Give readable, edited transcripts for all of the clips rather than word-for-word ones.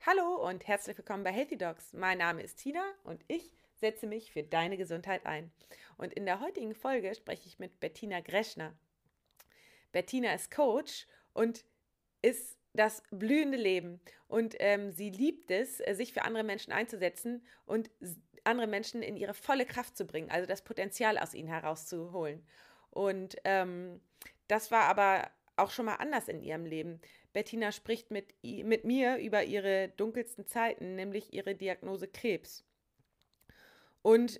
Hallo und herzlich willkommen bei Healthy Dogs. Mein Name ist Tina und ich setze mich für deine Gesundheit ein. Und in der heutigen Folge spreche ich mit Bettina Greschner. Bettina ist Coach und ist das blühende Leben. Und sie liebt es, sich für andere Menschen einzusetzen und andere Menschen in ihre volle Kraft zu bringen, also das Potenzial aus ihnen herauszuholen. Und das war aber auch schon mal anders in ihrem Leben. Bettina spricht mit mir über ihre dunkelsten Zeiten, nämlich ihre Diagnose Krebs. Und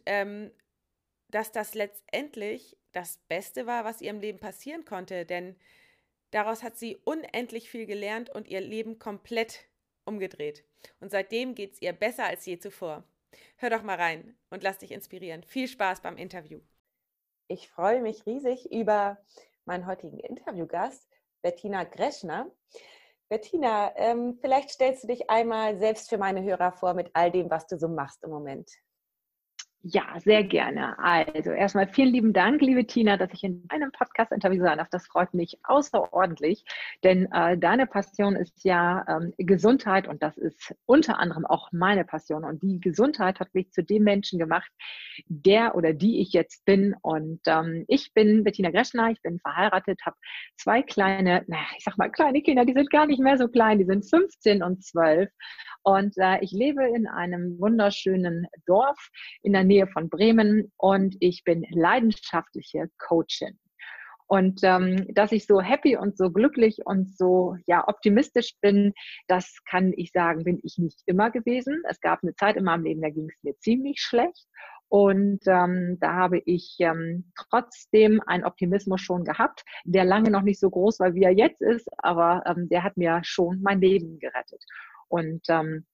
dass das letztendlich das Beste war, was ihrem Leben passieren konnte, denn daraus hat sie unendlich viel gelernt und ihr Leben komplett umgedreht. Und seitdem geht es ihr besser als je zuvor. Hör doch mal rein und lass dich inspirieren. Viel Spaß beim Interview. Ich freue mich riesig über meinen heutigen Interviewgast, Bettina Greschner. Bettina, vielleicht stellst du dich einmal selbst für meine Hörer vor mit all dem, was du so machst im Moment. Ja, sehr gerne. Also erstmal vielen lieben Dank, liebe Tina, dass ich in deinem Podcast-Interview sein darf. Das freut mich außerordentlich, denn deine Passion ist ja Gesundheit und das ist unter anderem auch meine Passion. Und die Gesundheit hat mich zu dem Menschen gemacht, der oder die ich jetzt bin. Und ich bin Bettina Greschner, ich bin verheiratet, habe zwei kleine, ich sag mal kleine Kinder, die sind gar nicht mehr so klein, die sind 15 und 12. Und ich lebe in einem wunderschönen Dorf in der Nähe von Bremen und ich bin leidenschaftliche Coachin. Und dass ich so happy und so glücklich und so optimistisch bin, das kann ich sagen, bin ich nicht immer gewesen. Es gab eine Zeit in meinem Leben, da ging es mir ziemlich schlecht. Und da habe ich trotzdem einen Optimismus schon gehabt, der lange noch nicht so groß war, wie er jetzt ist, aber der hat mir schon mein Leben gerettet. Und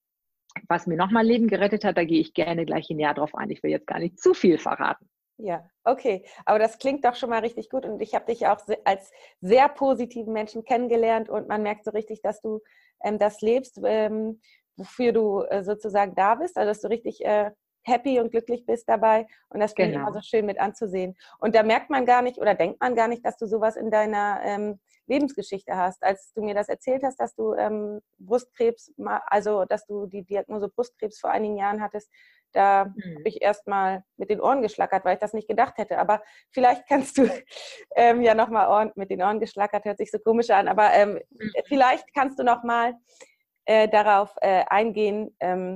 was mir nochmal Leben gerettet hat, da gehe ich gerne gleich näher drauf ein. Ich will jetzt gar nicht zu viel verraten. Ja, okay. Aber das klingt doch schon mal richtig gut und ich habe dich auch als sehr positiven Menschen kennengelernt und man merkt so richtig, dass du das lebst, wofür du sozusagen da bist, also dass du richtig happy und glücklich bist dabei und das finde ich immer so Genau. schön mit anzusehen. Und da merkt man gar nicht oder denkt man gar nicht, dass du sowas in deiner Lebensgeschichte hast. Als du mir das erzählt hast, dass du Brustkrebs, also dass du die Diagnose Brustkrebs vor einigen Jahren hattest, da habe ich erstmal mit den Ohren geschlackert, weil ich das nicht gedacht hätte. Aber vielleicht kannst du ja nochmal mit den Ohren geschlackert, hört sich so komisch an, aber vielleicht kannst du nochmal darauf eingehen.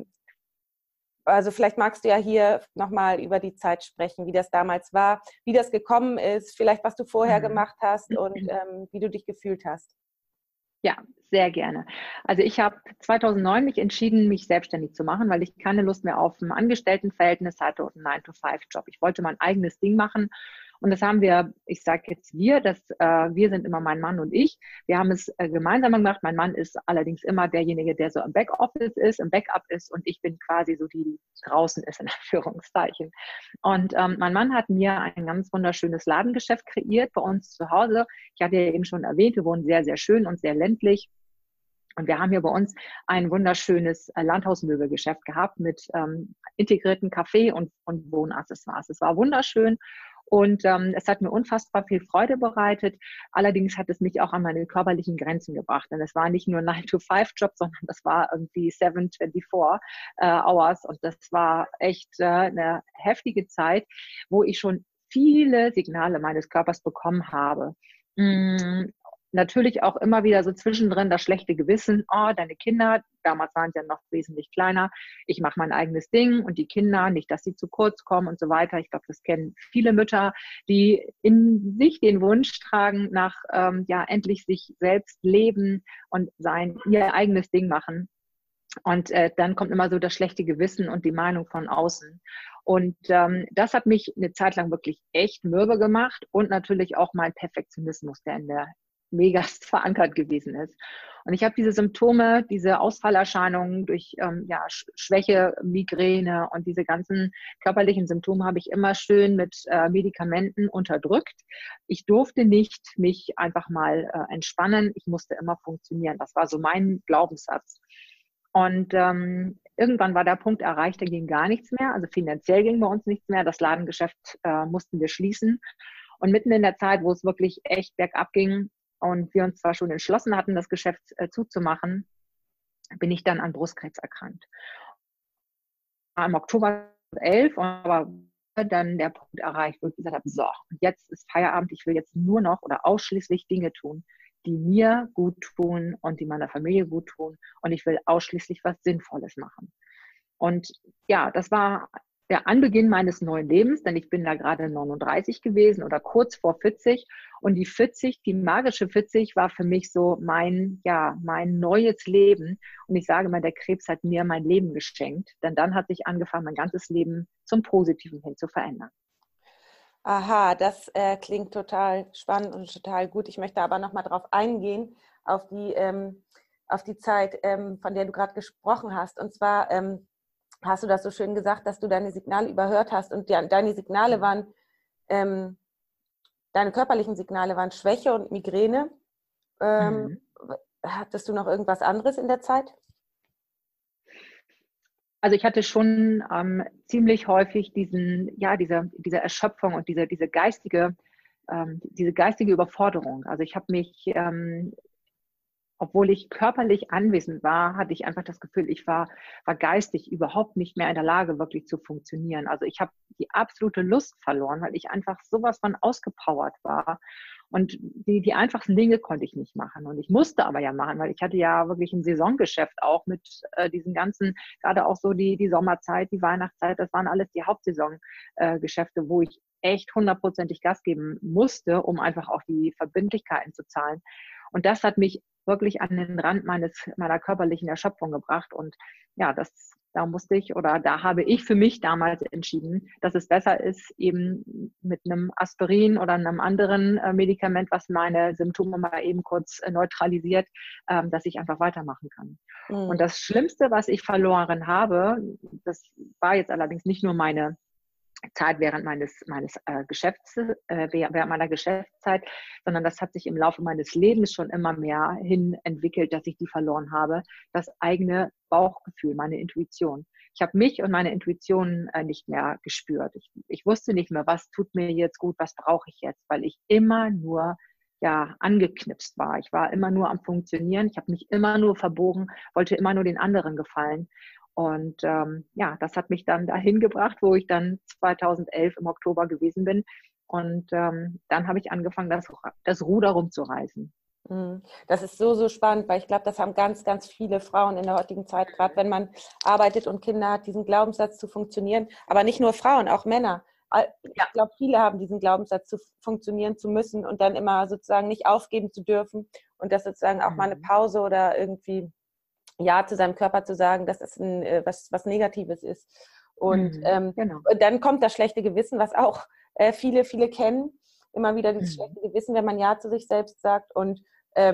Also vielleicht magst du ja hier nochmal über die Zeit sprechen, wie das damals war, wie das gekommen ist, vielleicht was du vorher gemacht hast und wie du dich gefühlt hast. Ja, sehr gerne. Also ich habe 2009 mich entschieden, mich selbstständig zu machen, weil ich keine Lust mehr auf ein Angestelltenverhältnis hatte und einen 9-to-5-Job. Ich wollte mein eigenes Ding machen und das haben wir, ich sage jetzt wir sind immer mein Mann und ich. Wir haben es gemeinsam gemacht. Mein Mann ist allerdings immer derjenige, der so im Backoffice ist, im Backup ist und ich bin quasi so die, die draußen ist, in Anführungszeichen. Und mein Mann hat mir ein ganz wunderschönes Ladengeschäft kreiert bei uns zu Hause. Ich hatte ja eben schon erwähnt, wir wohnen sehr, sehr schön und sehr ländlich. Und wir haben hier bei uns ein wunderschönes Landhausmöbelgeschäft gehabt mit integrierten Kaffee und Wohnaccessoires. Es war wunderschön und es hat mir unfassbar viel Freude bereitet. Allerdings hat es mich auch an meine körperlichen Grenzen gebracht. Denn es war nicht nur ein 9-to-5-Job, sondern das war irgendwie 724 Hours. Und das war echt eine heftige Zeit, wo ich schon viele Signale meines Körpers bekommen habe. Natürlich auch immer wieder so zwischendrin das schlechte Gewissen, oh, deine Kinder, damals waren sie ja noch wesentlich kleiner, ich mache mein eigenes Ding und die Kinder, nicht, dass sie zu kurz kommen und so weiter. Ich glaube, das kennen viele Mütter, die in sich den Wunsch tragen nach, endlich sich selbst leben und ihr eigenes Ding machen. Und dann kommt immer so das schlechte Gewissen und die Meinung von außen. Und das hat mich eine Zeit lang wirklich echt mürbe gemacht und natürlich auch mein Perfektionismus, der in der megast verankert gewesen ist. Und ich habe diese Symptome, diese Ausfallerscheinungen durch Schwäche, Migräne und diese ganzen körperlichen Symptome habe ich immer schön mit Medikamenten unterdrückt. Ich durfte nicht mich einfach mal entspannen. Ich musste immer funktionieren. Das war so mein Glaubenssatz. Und irgendwann war der Punkt erreicht, da ging gar nichts mehr. Also finanziell ging bei uns nichts mehr. Das Ladengeschäft mussten wir schließen. Und mitten in der Zeit, wo es wirklich echt bergab ging und wir uns zwar schon entschlossen hatten, das Geschäft zuzumachen, bin ich dann an Brustkrebs erkrankt. Im Oktober 11, aber dann der Punkt erreicht, wo ich gesagt habe, so, und jetzt ist Feierabend, ich will jetzt nur noch oder ausschließlich Dinge tun, die mir gut tun und die meiner Familie gut tun, und ich will ausschließlich was Sinnvolles machen. Und ja, das war der Anbeginn meines neuen Lebens, denn ich bin da gerade 39 gewesen oder kurz vor 40. Und die 40, die magische 40, war für mich so mein neues Leben. Und ich sage mal, der Krebs hat mir mein Leben geschenkt, denn dann hat sich angefangen, mein ganzes Leben zum Positiven hin zu verändern. Aha, das klingt total spannend und total gut. Ich möchte aber nochmal darauf eingehen, auf die Zeit, von der du gerade gesprochen hast. Und zwar hast du das so schön gesagt, dass du deine Signale überhört hast, und deine Signale waren, deine körperlichen Signale waren Schwäche und Migräne. Hattest du noch irgendwas anderes in der Zeit? Also ich hatte schon ziemlich häufig diese Erschöpfung und diese geistige Überforderung. Also ich habe mich, obwohl ich körperlich anwesend war, hatte ich einfach das Gefühl, ich war geistig überhaupt nicht mehr in der Lage, wirklich zu funktionieren. Also ich habe die absolute Lust verloren, weil ich einfach sowas von ausgepowert war. Und die einfachsten Dinge konnte ich nicht machen. Und ich musste aber ja machen, weil ich hatte ja wirklich ein Saisongeschäft auch mit diesen ganzen, gerade auch so die Sommerzeit, die Weihnachtszeit, das waren alles die Hauptsaisongeschäfte, wo ich echt hundertprozentig Gas geben musste, um einfach auch die Verbindlichkeiten zu zahlen. Und das hat mich wirklich an den Rand meiner körperlichen Erschöpfung gebracht. Und ja, da habe ich für mich damals entschieden, dass es besser ist, eben mit einem Aspirin oder einem anderen Medikament, was meine Symptome mal eben kurz neutralisiert, dass ich einfach weitermachen kann. Und das Schlimmste, was ich verloren habe, das war jetzt allerdings nicht nur meine Zeit während während meiner Geschäftszeit, sondern das hat sich im Laufe meines Lebens schon immer mehr hin entwickelt, dass ich die verloren habe. Das eigene Bauchgefühl, meine Intuition. Ich habe mich und meine Intuition nicht mehr gespürt. Ich wusste nicht mehr, was tut mir jetzt gut, was brauche ich jetzt, weil ich immer nur angeknipst war. Ich war immer nur am Funktionieren. Ich habe mich immer nur verbogen, wollte immer nur den anderen gefallen. Und das hat mich dann dahin gebracht, wo ich dann 2011 im Oktober gewesen bin. Und dann habe ich angefangen, das Ruder rumzureißen. Das ist so, so spannend, weil ich glaube, das haben ganz, ganz viele Frauen in der heutigen Zeit, gerade wenn man arbeitet und Kinder hat, diesen Glaubenssatz zu funktionieren. Aber nicht nur Frauen, auch Männer. Ich glaube, viele haben diesen Glaubenssatz, zu funktionieren zu müssen und dann immer sozusagen nicht aufgeben zu dürfen und das sozusagen auch mal eine Pause oder irgendwie Ja zu seinem Körper zu sagen, dass es was Negatives ist. Und Genau. dann kommt das schlechte Gewissen, was auch viele kennen. Immer wieder dieses schlechte Gewissen, wenn man Ja zu sich selbst sagt. Und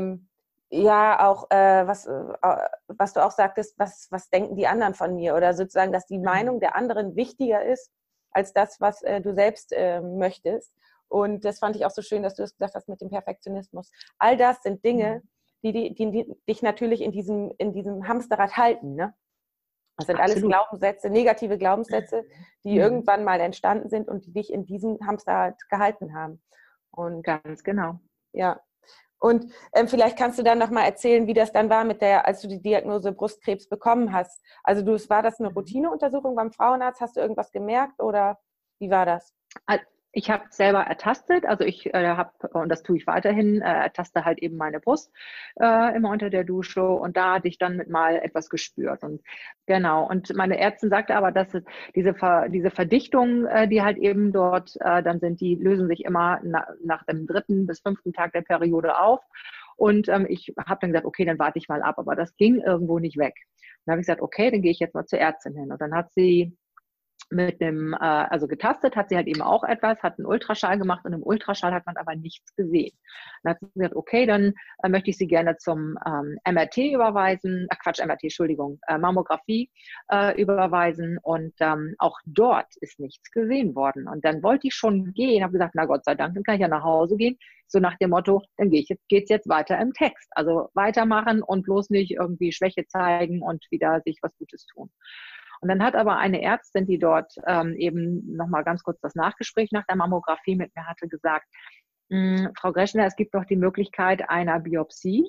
was du auch sagtest, was denken die anderen von mir? Oder sozusagen, dass die Meinung der anderen wichtiger ist als das, was du selbst möchtest. Und das fand ich auch so schön, dass du das gesagt hast mit dem Perfektionismus. All das sind Dinge, die dich natürlich in diesem Hamsterrad halten. Ne? Das sind alles Glaubenssätze, negative Glaubenssätze, die irgendwann mal entstanden sind und die dich in diesem Hamsterrad gehalten haben. Und, ganz genau. Ja. Und vielleicht kannst du dann noch mal erzählen, wie das dann war als du die Diagnose Brustkrebs bekommen hast. Also war das eine Routineuntersuchung beim Frauenarzt? Hast du irgendwas gemerkt oder wie war das? Ich habe selber ertastet, also ich und das tue ich weiterhin, ertaste halt eben meine Brust immer unter der Dusche, und da hatte ich dann mal etwas gespürt. Und genau, und meine Ärztin sagte aber, dass diese Verdichtungen, die halt eben dort dann sind, die lösen sich immer nach dem 3. bis 5. Tag der Periode auf. Und ich habe dann gesagt, okay, dann warte ich mal ab, aber das ging irgendwo nicht weg. Dann habe ich gesagt, okay, dann gehe ich jetzt mal zur Ärztin hin. Und dann hat sie getastet hat sie halt eben auch etwas, hat einen Ultraschall gemacht, und im Ultraschall hat man aber nichts gesehen. Dann hat sie gesagt, okay, dann möchte ich Sie gerne zum MRT überweisen, Mammographie überweisen, und auch dort ist nichts gesehen worden. Und dann wollte ich schon gehen, habe gesagt, na Gott sei Dank, dann kann ich ja nach Hause gehen, so nach dem Motto, dann geht's jetzt weiter im Text. Also weitermachen und bloß nicht irgendwie Schwäche zeigen und wieder sich was Gutes tun. Und dann hat aber eine Ärztin, die dort eben nochmal ganz kurz das Nachgespräch nach der Mammographie mit mir hatte, gesagt, Frau Greschner, es gibt noch die Möglichkeit einer Biopsie.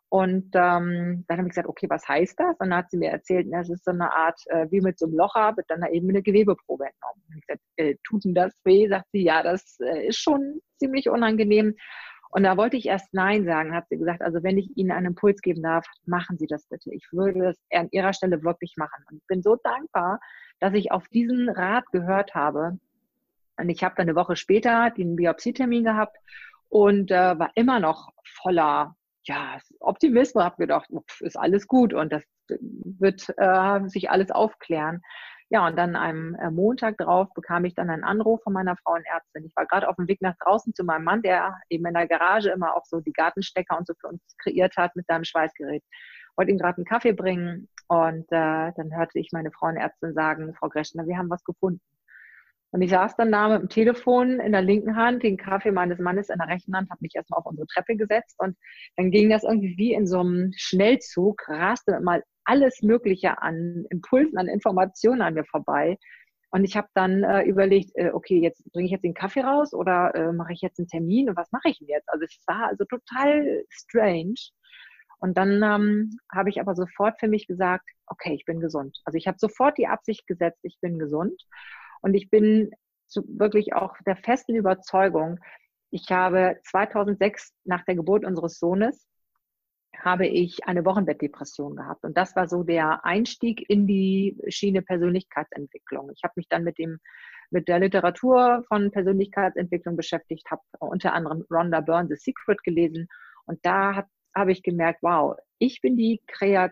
Und dann habe ich gesagt, okay, was heißt das? Und dann hat sie mir erzählt, das ist so eine Art, wie mit so einem Locher, wird dann da eben eine Gewebeprobe entnommen. Und ich gesagt, tut denn das weh? Sagt sie, ja, das ist schon ziemlich unangenehm. Und da wollte ich erst Nein sagen, hat sie gesagt, also wenn ich Ihnen einen Impuls geben darf, machen Sie das bitte. Ich würde das an Ihrer Stelle wirklich machen. Und ich bin so dankbar, dass ich auf diesen Rat gehört habe. Und ich habe dann eine Woche später den Biopsietermin gehabt und war immer noch voller Optimismus. Habe gedacht, ist alles gut und das wird sich alles aufklären. Ja, und dann am Montag drauf bekam ich dann einen Anruf von meiner Frauenärztin. Ich war gerade auf dem Weg nach draußen zu meinem Mann, der eben in der Garage immer auch so die Gartenstecker und so für uns kreiert hat mit seinem Schweißgerät. Wollte ihm gerade einen Kaffee bringen und dann hörte ich meine Frauenärztin sagen, Frau Greschner, wir haben was gefunden. Und ich saß dann da mit dem Telefon in der linken Hand, den Kaffee meines Mannes in der rechten Hand, habe mich erstmal auf unsere Treppe gesetzt und dann ging das irgendwie wie in so einem Schnellzug, raste mal alles Mögliche an Impulsen, an Informationen an mir vorbei. Und ich habe dann überlegt, okay, jetzt bringe ich jetzt den Kaffee raus oder mache ich jetzt einen Termin und was mache ich denn jetzt? Also es war also total strange. Und dann habe ich aber sofort für mich gesagt, okay, ich bin gesund. Also ich habe sofort die Absicht gesetzt, ich bin gesund. Und ich bin wirklich auch der festen Überzeugung, ich habe 2006 nach der Geburt unseres Sohnes, habe ich eine Wochenbettdepression gehabt. Und das war so der Einstieg in die Schiene Persönlichkeitsentwicklung. Ich habe mich dann mit der Literatur von Persönlichkeitsentwicklung beschäftigt, habe unter anderem Rhonda Byrne The Secret gelesen. Und da habe ich gemerkt, wow, ich bin die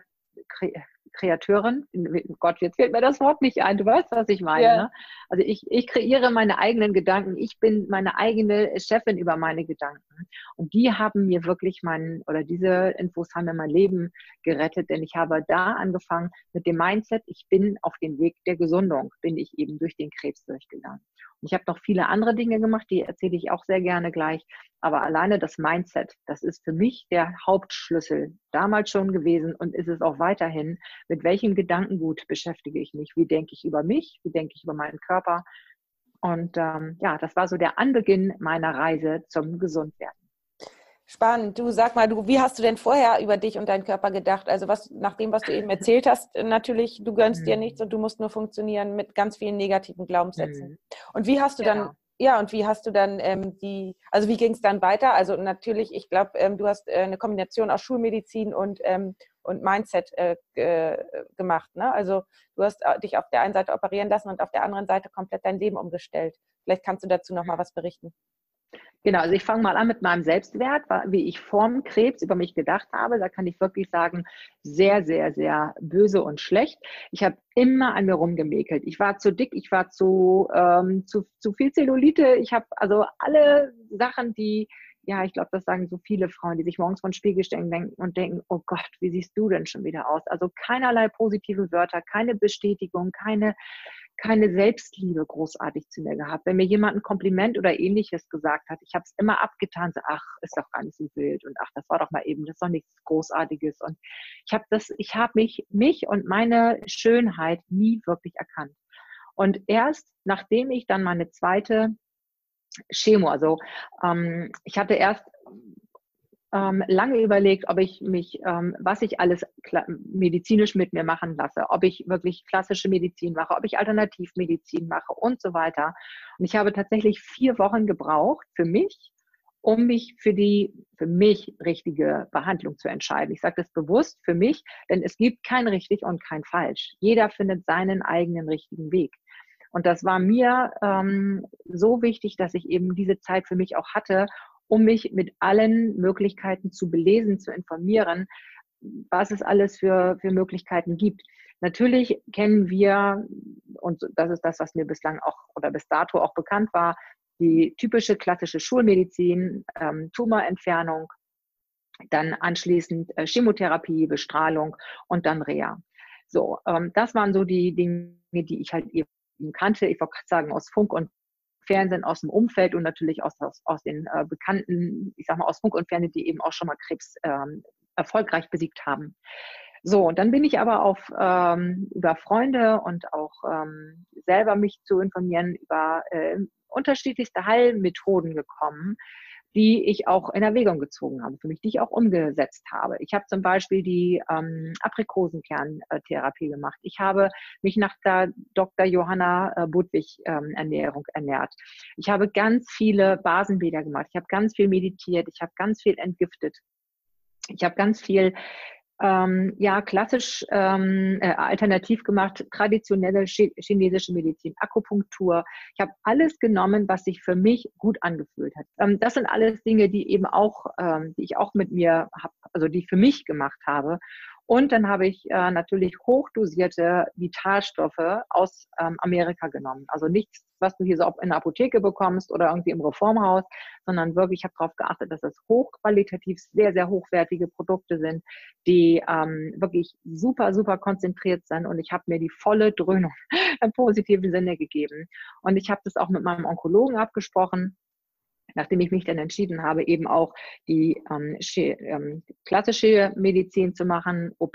Kreateurin, Gott, jetzt fällt mir das Wort nicht ein, du weißt, was ich meine. Ne? Also ich kreiere meine eigenen Gedanken, ich bin meine eigene Chefin über meine Gedanken und die haben mir wirklich diese Infos haben mir mein Leben gerettet, denn ich habe da angefangen mit dem Mindset, ich bin auf dem Weg der Gesundung, bin ich eben durch den Krebs durchgegangen. Und ich habe noch viele andere Dinge gemacht, die erzähle ich auch sehr gerne gleich, aber alleine das Mindset, das ist für mich der Hauptschlüssel damals schon gewesen und ist es auch weiterhin. Mit welchem Gedankengut beschäftige ich mich? Wie denke ich über mich? Wie denke ich über meinen Körper? Und das war so der Anbeginn meiner Reise zum Gesundwerden. Spannend. Du sag mal, wie hast du denn vorher über dich und deinen Körper gedacht? Also nach dem, was du eben erzählt hast, natürlich, du gönnst dir nichts und du musst nur funktionieren mit ganz vielen negativen Glaubenssätzen. Und wie hast du dann, also wie ging es dann weiter? Also natürlich, ich glaube, du hast eine Kombination aus Schulmedizin und Mindset gemacht. Ne? Also du hast dich auf der einen Seite operieren lassen und auf der anderen Seite komplett dein Leben umgestellt. Vielleicht kannst du dazu noch mal was berichten. Genau, also ich fange mal an mit meinem Selbstwert, wie ich vorm Krebs über mich gedacht habe. Da kann ich wirklich sagen, sehr, sehr, sehr böse und schlecht. Ich habe immer an mir rumgemäkelt. Ich war zu dick, ich war zu viel Zellulite. Ich habe also alle Sachen, ich glaube, das sagen so viele Frauen, die sich morgens vor den Spiegel stellen und denken, oh Gott, wie siehst du denn schon wieder aus? Also keinerlei positive Wörter, keine Bestätigung, keine Selbstliebe großartig zu mir gehabt. Wenn mir jemand ein Kompliment oder Ähnliches gesagt hat, ich habe es immer abgetan, so, ach, ist doch gar nicht so wild und ach, das war doch mal eben, das ist doch nichts Großartiges. Und ich habe mich und meine Schönheit nie wirklich erkannt. Und erst nachdem ich dann meine zweite Chemo, ich hatte erst lange überlegt, ob ich mich, was ich alles medizinisch mit mir machen lasse, ob ich wirklich klassische Medizin mache, ob ich Alternativmedizin mache und so weiter. Und ich habe tatsächlich 4 Wochen gebraucht für mich, um mich für mich richtige Behandlung zu entscheiden. Ich sage das bewusst für mich, denn es gibt kein richtig und kein falsch. Jeder findet seinen eigenen richtigen Weg. Und das war mir so wichtig, dass ich eben diese Zeit für mich auch hatte, um mich mit allen Möglichkeiten zu belesen, zu informieren, was es alles für Möglichkeiten gibt. Natürlich kennen wir, und das ist das, was mir bislang auch oder bis dato auch bekannt war, die typische klassische Schulmedizin, Tumorentfernung, dann anschließend Chemotherapie, Bestrahlung und dann Reha. So, das waren so die Dinge, die ich halt eben kannte. Ich wollte gerade sagen, aus Funk und Fernsehen, aus dem Umfeld und natürlich aus den bekannten, ich sag mal, aus Funk und Fernsehen, die eben auch schon mal Krebs erfolgreich besiegt haben. So, und dann bin ich aber über Freunde und auch selber mich zu informieren über unterschiedlichste Heilmethoden gekommen, die ich auch in Erwägung gezogen habe, für mich, die ich auch umgesetzt habe. Ich habe zum Beispiel die Aprikosenkerntherapie gemacht. Ich habe mich nach der Dr. Johanna Budwig Ernährung ernährt. Ich habe ganz viele Basenbäder gemacht. Ich habe ganz viel meditiert. Ich habe ganz viel entgiftet. Ich habe ganz viel klassisch alternativ gemacht, traditionelle chinesische Medizin, Akupunktur. Ich habe alles genommen, was sich für mich gut angefühlt hat. Das sind alles Dinge, die eben auch, die ich auch mit mir habe, also die ich für mich gemacht habe. Und dann habe ich natürlich hochdosierte Vitalstoffe aus Amerika genommen. Also nichts, was du hier so in der Apotheke bekommst oder irgendwie im Reformhaus, sondern wirklich, ich habe darauf geachtet, dass es hochqualitativ sehr, sehr hochwertige Produkte sind, die wirklich super, super konzentriert sind. Und ich habe mir die volle Dröhnung im positiven Sinne gegeben. Und ich habe das auch mit meinem Onkologen abgesprochen, nachdem ich mich dann entschieden habe, eben auch die klassische Medizin zu machen, OP,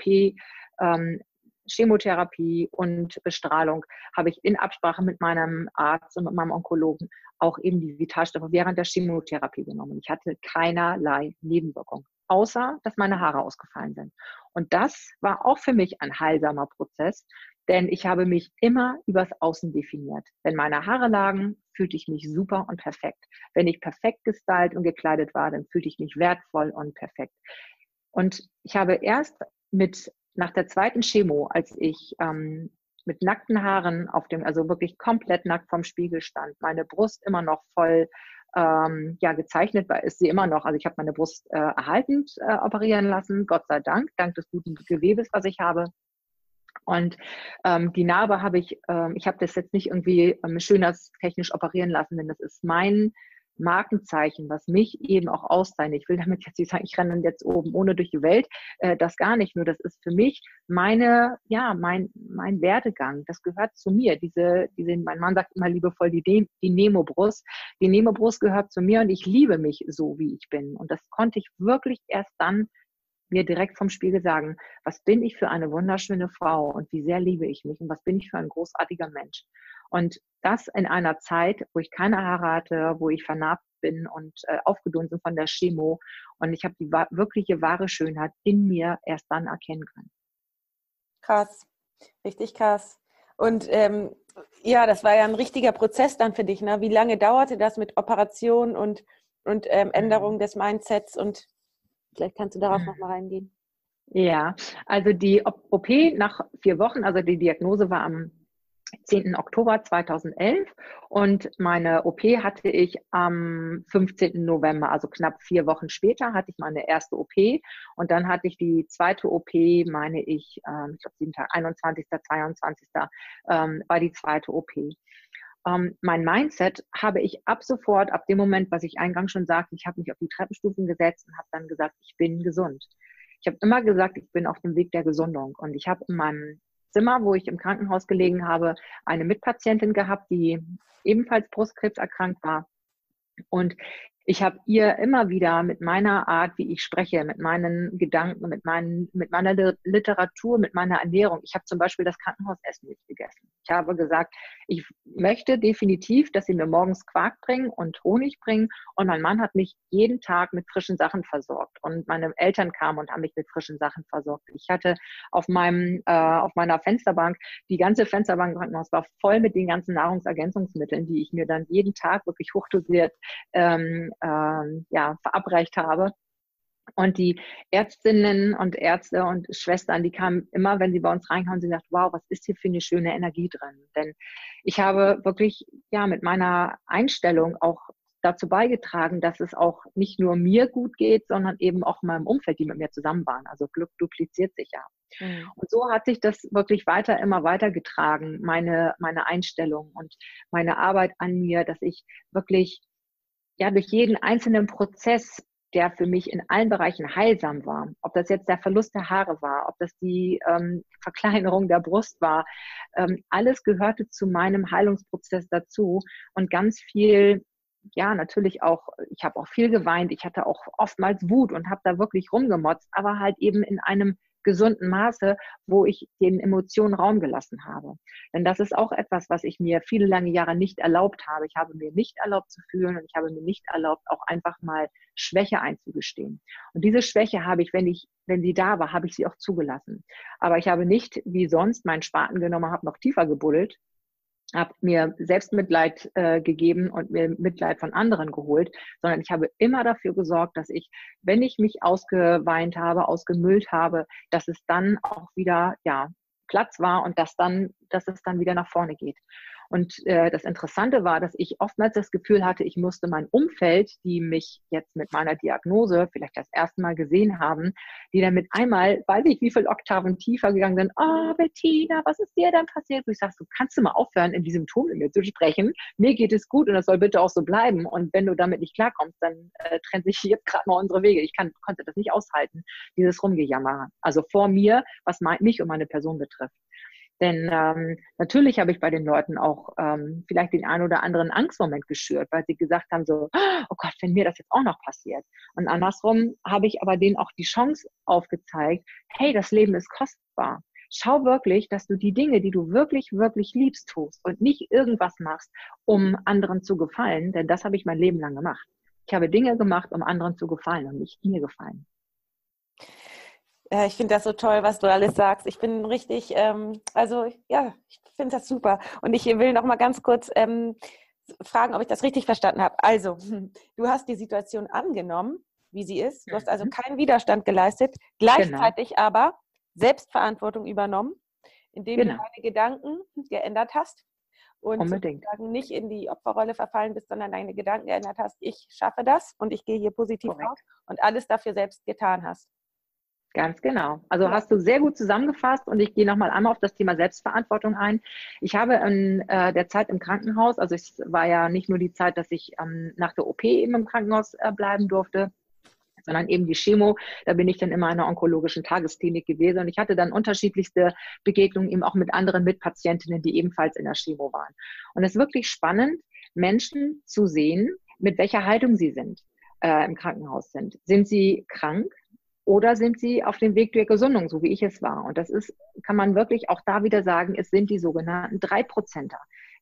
Chemotherapie und Bestrahlung, habe ich in Absprache mit meinem Arzt und mit meinem Onkologen auch eben die Vitalstoffe während der Chemotherapie genommen. Ich hatte keinerlei Nebenwirkung, außer dass meine Haare ausgefallen sind. Und das war auch für mich ein heilsamer Prozess, denn ich habe mich immer übers Außen definiert. Wenn meine Haare lagen, fühlte ich mich super und perfekt. Wenn ich perfekt gestylt und gekleidet war, dann fühlte ich mich wertvoll und perfekt. Und ich habe erst nach der zweiten Chemo, als ich mit nackten Haaren also wirklich komplett nackt vorm Spiegel stand, meine Brust immer noch voll gezeichnet war, ist sie immer noch. Also ich habe meine Brust erhaltend operieren lassen, Gott sei Dank, dank des guten Gewebes, was ich habe. Und die Narbe ich habe das jetzt nicht irgendwie schönheitstechnisch operieren lassen, denn das ist mein Markenzeichen, was mich eben auch auszeichnet. Ich will damit jetzt nicht sagen, ich renne jetzt oben ohne durch die Welt, das gar nicht. Nur das ist für mich mein Werdegang. Das gehört zu mir. Mein Mann sagt immer liebevoll die Nemo-Brust. Die Nemo-Brust gehört zu mir und ich liebe mich so, wie ich bin. Und das konnte ich wirklich erst dann mir direkt vom Spiegel sagen, was bin ich für eine wunderschöne Frau und wie sehr liebe ich mich und was bin ich für ein großartiger Mensch. Und das in einer Zeit, wo ich keine Haare hatte, wo ich vernarbt bin und aufgedunsen von der Chemo. Und ich habe die wirkliche wahre Schönheit in mir erst dann erkennen können. Krass, richtig krass. Und das war ja ein richtiger Prozess dann für dich, ne? Wie lange dauerte das mit Operation und Änderung des Mindsets? Und vielleicht kannst du darauf nochmal reingehen. Ja, also die OP nach 4 Wochen, also die Diagnose war am 10. Oktober 2011 und meine OP hatte ich am 15. November, also knapp 4 Wochen später, hatte ich meine erste OP und dann hatte ich die zweite OP, meine ich glaube 7 Tage, 21., 22. War die zweite OP. Mein Mindset habe ich ab sofort, ab dem Moment, was ich eingangs schon sagte, ich habe mich auf die Treppenstufen gesetzt und habe dann gesagt, ich bin gesund. Ich habe immer gesagt, ich bin auf dem Weg der Gesundung. Und ich habe in meinem Zimmer, wo ich im Krankenhaus gelegen habe, eine Mitpatientin gehabt, die ebenfalls Brustkrebs erkrankt war. Und ich habe ihr immer wieder mit meiner Art, wie ich spreche, mit meinen Gedanken, mit meiner Literatur, mit meiner Ernährung. Ich habe zum Beispiel das Krankenhausessen nicht gegessen. Ich habe gesagt, ich möchte definitiv, dass sie mir morgens Quark bringen und Honig bringen. Und mein Mann hat mich jeden Tag mit frischen Sachen versorgt. Und meine Eltern kamen und haben mich mit frischen Sachen versorgt. Ich hatte auf meiner Fensterbank, die ganze Fensterbank im Krankenhaus war voll mit den ganzen Nahrungsergänzungsmitteln, die ich mir dann jeden Tag wirklich hochdosiert verabreicht habe. Und die Ärztinnen und Ärzte und Schwestern, die kamen immer, wenn sie bei uns reinkamen, sie sagten, wow, was ist hier für eine schöne Energie drin? Denn ich habe wirklich mit meiner Einstellung auch dazu beigetragen, dass es auch nicht nur mir gut geht, sondern eben auch meinem Umfeld, die mit mir zusammen waren. Also Glück dupliziert sich ja. Mhm. Und so hat sich das wirklich immer weiter getragen, meine Einstellung und meine Arbeit an mir, dass ich wirklich durch jeden einzelnen Prozess, der für mich in allen Bereichen heilsam war, ob das jetzt der Verlust der Haare war, ob das die Verkleinerung der Brust war, alles gehörte zu meinem Heilungsprozess dazu und ganz viel, natürlich auch, ich habe auch viel geweint, ich hatte auch oftmals Wut und habe da wirklich rumgemotzt, aber halt eben in einem gesunden Maße, wo ich den Emotionen Raum gelassen habe. Denn das ist auch etwas, was ich mir viele lange Jahre nicht erlaubt habe. Ich habe mir nicht erlaubt zu fühlen und ich habe mir nicht erlaubt, auch einfach mal Schwäche einzugestehen. Und diese Schwäche habe ich, wenn sie da war, habe ich sie auch zugelassen. Aber ich habe nicht, wie sonst, meinen Spaten genommen, habe noch tiefer gebuddelt, habe mir Selbstmitleid gegeben und mir Mitleid von anderen geholt, sondern ich habe immer dafür gesorgt, dass ich, wenn ich mich ausgeweint habe, ausgemüllt habe, dass es dann auch wieder Platz war und dass es dann wieder nach vorne geht. Und das Interessante war, dass ich oftmals das Gefühl hatte, ich musste mein Umfeld, die mich jetzt mit meiner Diagnose vielleicht das erste Mal gesehen haben, die dann mit einmal, weiß ich wie viel Oktaven tiefer gegangen sind, oh Bettina, was ist dir denn passiert? Und ich sage, du kannst du mal aufhören, in diesem Ton mit mir zu sprechen. Mir geht es gut und das soll bitte auch so bleiben. Und wenn du damit nicht klarkommst, dann trennt sich jetzt gerade mal unsere Wege. Ich konnte das nicht aushalten, dieses Rumgejammer. Also vor mir, was mich und meine Person betrifft. Denn natürlich habe ich bei den Leuten auch vielleicht den einen oder anderen Angstmoment geschürt, weil sie gesagt haben so, oh Gott, wenn mir das jetzt auch noch passiert. Und andersrum habe ich aber denen auch die Chance aufgezeigt, hey, das Leben ist kostbar. Schau wirklich, dass du die Dinge, die du wirklich, wirklich liebst, tust und nicht irgendwas machst, um anderen zu gefallen, denn das habe ich mein Leben lang gemacht. Ich habe Dinge gemacht, um anderen zu gefallen und nicht mir gefallen. Ja, ich finde das so toll, was du alles sagst. Ich bin richtig, ich finde das super. Und ich will noch mal ganz kurz fragen, ob ich das richtig verstanden habe. Also, du hast die Situation angenommen, wie sie ist. Du hast also keinen Widerstand geleistet, gleichzeitig aber Selbstverantwortung übernommen, indem du deine Gedanken geändert hast und sozusagen nicht in die Opferrolle verfallen bist, sondern deine Gedanken geändert hast. Ich schaffe das und ich gehe hier positiv raus und alles dafür selbst getan hast. Ganz genau. Also hast du sehr gut zusammengefasst und ich gehe noch mal einmal auf das Thema Selbstverantwortung ein. Ich habe in der Zeit im Krankenhaus, also es war ja nicht nur die Zeit, dass ich nach der OP eben im Krankenhaus bleiben durfte, sondern eben die Chemo, da bin ich dann immer in einer onkologischen Tagesklinik gewesen und ich hatte dann unterschiedlichste Begegnungen eben auch mit anderen Mitpatientinnen, die ebenfalls in der Chemo waren. Und es ist wirklich spannend, Menschen zu sehen, mit welcher Haltung sie im Krankenhaus sind. Sind sie krank? Oder sind sie auf dem Weg der Gesundung, so wie ich es war? Und das kann man wirklich auch da wieder sagen, es sind die sogenannten 3%er.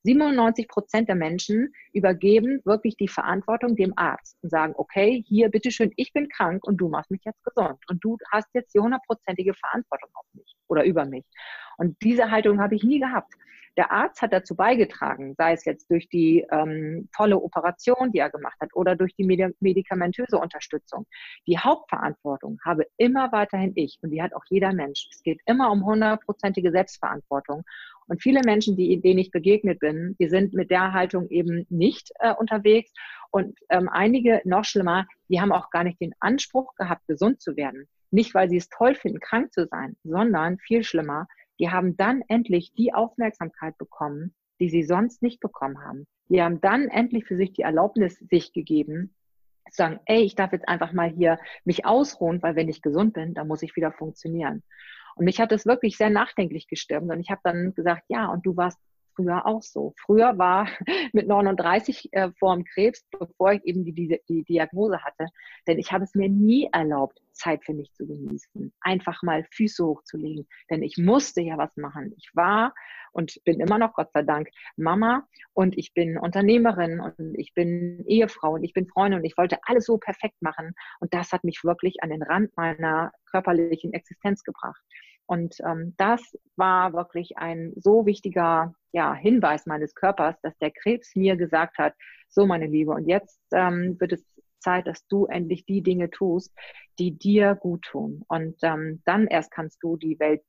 97% der Menschen übergeben wirklich die Verantwortung dem Arzt und sagen, okay, hier, bitteschön, ich bin krank und du machst mich jetzt gesund. Und du hast jetzt die 100%ige Verantwortung auf mich oder über mich. Und diese Haltung habe ich nie gehabt. Der Arzt hat dazu beigetragen, sei es jetzt durch die tolle Operation, die er gemacht hat, oder durch die medikamentöse Unterstützung. Die Hauptverantwortung habe immer weiterhin ich und die hat auch jeder Mensch. Es geht immer um 100%ige Selbstverantwortung. Und viele Menschen, denen ich begegnet bin, die sind mit der Haltung eben nicht unterwegs. Und einige, noch schlimmer, die haben auch gar nicht den Anspruch gehabt, gesund zu werden. Nicht, weil sie es toll finden, krank zu sein, sondern viel schlimmer, die haben dann endlich die Aufmerksamkeit bekommen, die sie sonst nicht bekommen haben. Die haben dann endlich für sich die Erlaubnis sich gegeben, zu sagen, ey, ich darf jetzt einfach mal hier mich ausruhen, weil wenn ich gesund bin, dann muss ich wieder funktionieren. Und mich hat das wirklich sehr nachdenklich gestimmt und ich habe dann gesagt, ja, und du warst früher auch so. Früher war mit 39 vor dem Krebs, bevor ich eben die Diagnose hatte, denn ich habe es mir nie erlaubt, Zeit für mich zu genießen, einfach mal Füße hochzulegen, denn ich musste ja was machen. Ich war und bin immer noch, Gott sei Dank, Mama und ich bin Unternehmerin und ich bin Ehefrau und ich bin Freundin und ich wollte alles so perfekt machen und das hat mich wirklich an den Rand meiner körperlichen Existenz gebracht. Und das war wirklich ein so wichtiger Hinweis meines Körpers, dass der Krebs mir gesagt hat, so meine Liebe, und jetzt wird es Zeit, dass du endlich die Dinge tust, die dir gut tun. Und dann erst kannst du die Welt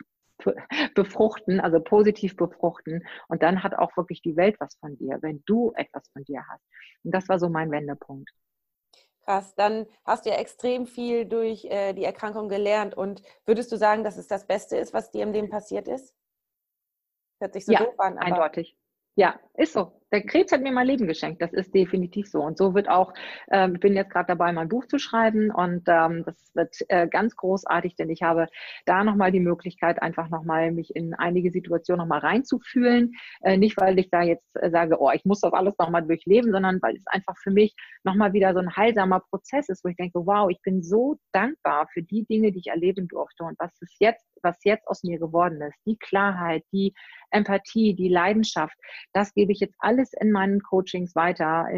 befruchten, also positiv befruchten. Und dann hat auch wirklich die Welt was von dir, wenn du etwas von dir hast. Und das war so mein Wendepunkt. Krass, dann hast du ja extrem viel durch die Erkrankung gelernt. Und würdest du sagen, dass es das Beste ist, was dir im Leben passiert ist? Hört sich so doof an, aber... eindeutig. Ja, ist so. Der Krebs hat mir mein Leben geschenkt, das ist definitiv so. Und so wird auch, ich bin jetzt gerade dabei, mein Buch zu schreiben und das wird ganz großartig, denn ich habe da nochmal die Möglichkeit, einfach nochmal mich in einige Situationen nochmal reinzufühlen. Nicht, weil ich da jetzt sage, oh, ich muss das alles nochmal durchleben, sondern weil es einfach für mich nochmal wieder so ein heilsamer Prozess ist, wo ich denke, wow, ich bin so dankbar für die Dinge, die ich erleben durfte und was jetzt aus mir geworden ist. Die Klarheit, die Empathie, die Leidenschaft, das gebe ich jetzt alles in meinen Coachings weiter,